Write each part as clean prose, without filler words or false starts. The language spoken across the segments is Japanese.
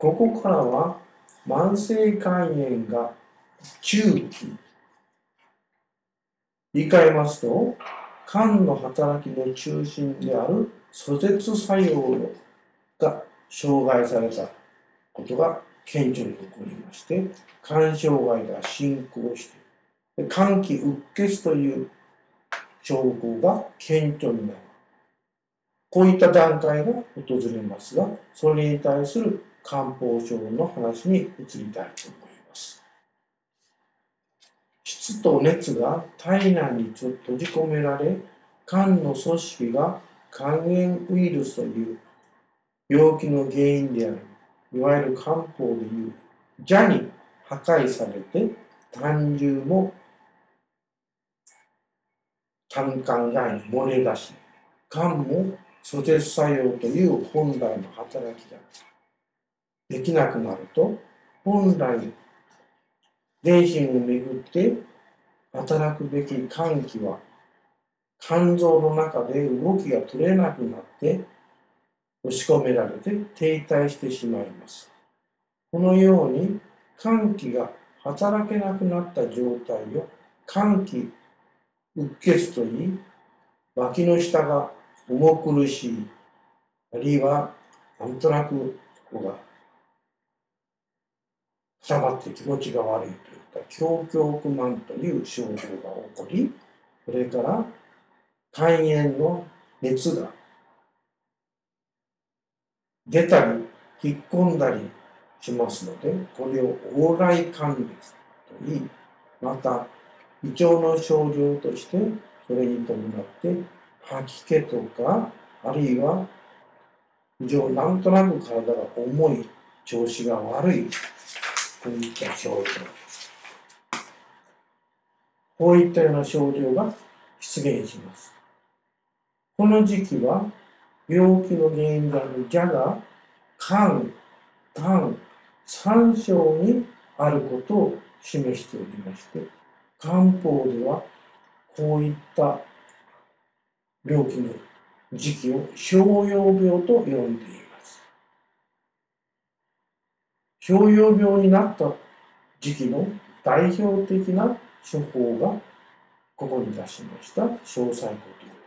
ここからは慢性肝炎が中期。言い換えますと、肝の働きの中心である阻絶作用が障害されたことが顕著に起こりまして、肝障害が進行して、肝気鬱血という兆候が顕著になる。こういった段階が訪れますが、それに対する漢方症の話に移りたいと思います。質と熱が体内に閉じ込められ、肝の組織が肝炎ウイルスという病気の原因である、いわゆる漢方でいう邪に破壊されて、胆汁も胆管外に漏れ出し、肝も阻絶作用という本来の働きができなくなると、本来全身をめぐって働くべき肝気は肝臓の中で動きが取れなくなって押し込められて停滞してしまいます。このように肝気が働けなくなった状態を肝気鬱血といい、脇の下が重苦しい、あるいはなんとなくここが固まって気持ちが悪いといった胸胸不満という症状が起こり、それから肝炎の熱が出たり引っ込んだりしますので、これを往来肝熱といい、また胃腸の症状としてそれに伴って吐き気とか、あるいはなんとなく体が重い、調子が悪い、こういった症状、こういったような症状が出現します。この時期は病気の原因である邪が肝、胆、三症にあることを示しておりまして、漢方ではこういった病気の時期を小葉病と呼んでいます。小葉病になった時期の代表的な処方がここに出しました詳細古刀です。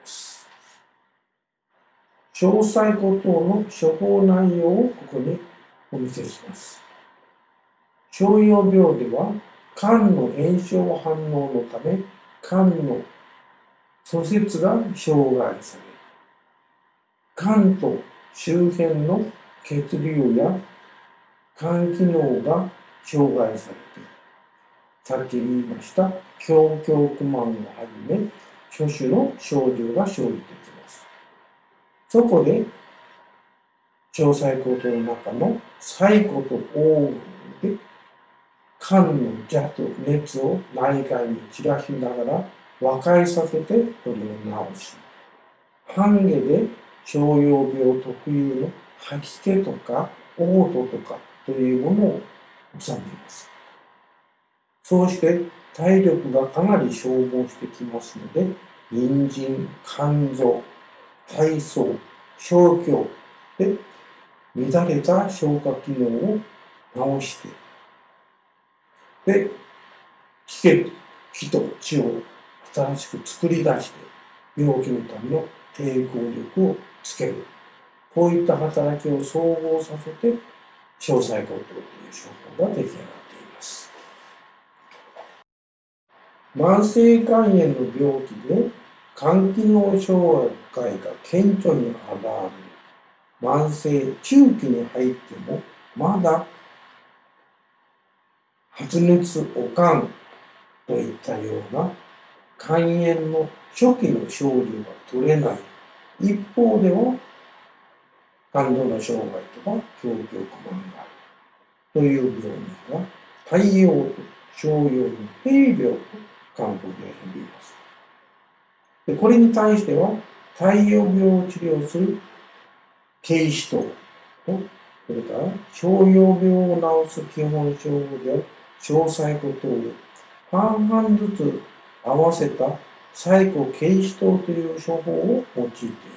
詳細古刀の処方内容をここにお見せします。小葉病では肝の炎症反応のため肝の阻絶が障害され、肝と周辺の血流や肝機能が障害されて、さっき言いました胸胸不満をはじめ諸種の症状が生じてきます。そこで詳細古刀の中の細古と黄金で肝の邪と熱を内外に散らしながら和解させてこれを治し、半下で小葉病特有の吐き気とか嘔吐とかというものを治めます。そうして体力がかなり消耗してきますので、人参、肝臓、体操、小腸で乱れた消化機能を治して、で、気と血を新しく作り出して、病気のための抵抗力をつける。こういった働きを総合させて、詳細古刀という処方が出来上がっています。慢性肝炎の病気で肝機能障害が顕著に現れる慢性中期に入ってもまだ発熱悪寒といったような肝炎の初期の症状が取れない一方では肝臓の障害とか胸胸不満があるという病人は大葉と小葉の併病と漢方で呼びます。でこれに対しては大葉病を治療する桂枝湯と、それから小葉病を治す基本処方である詳細古刀を半々ずつ合わせた細古桂枝湯という処方を用いています。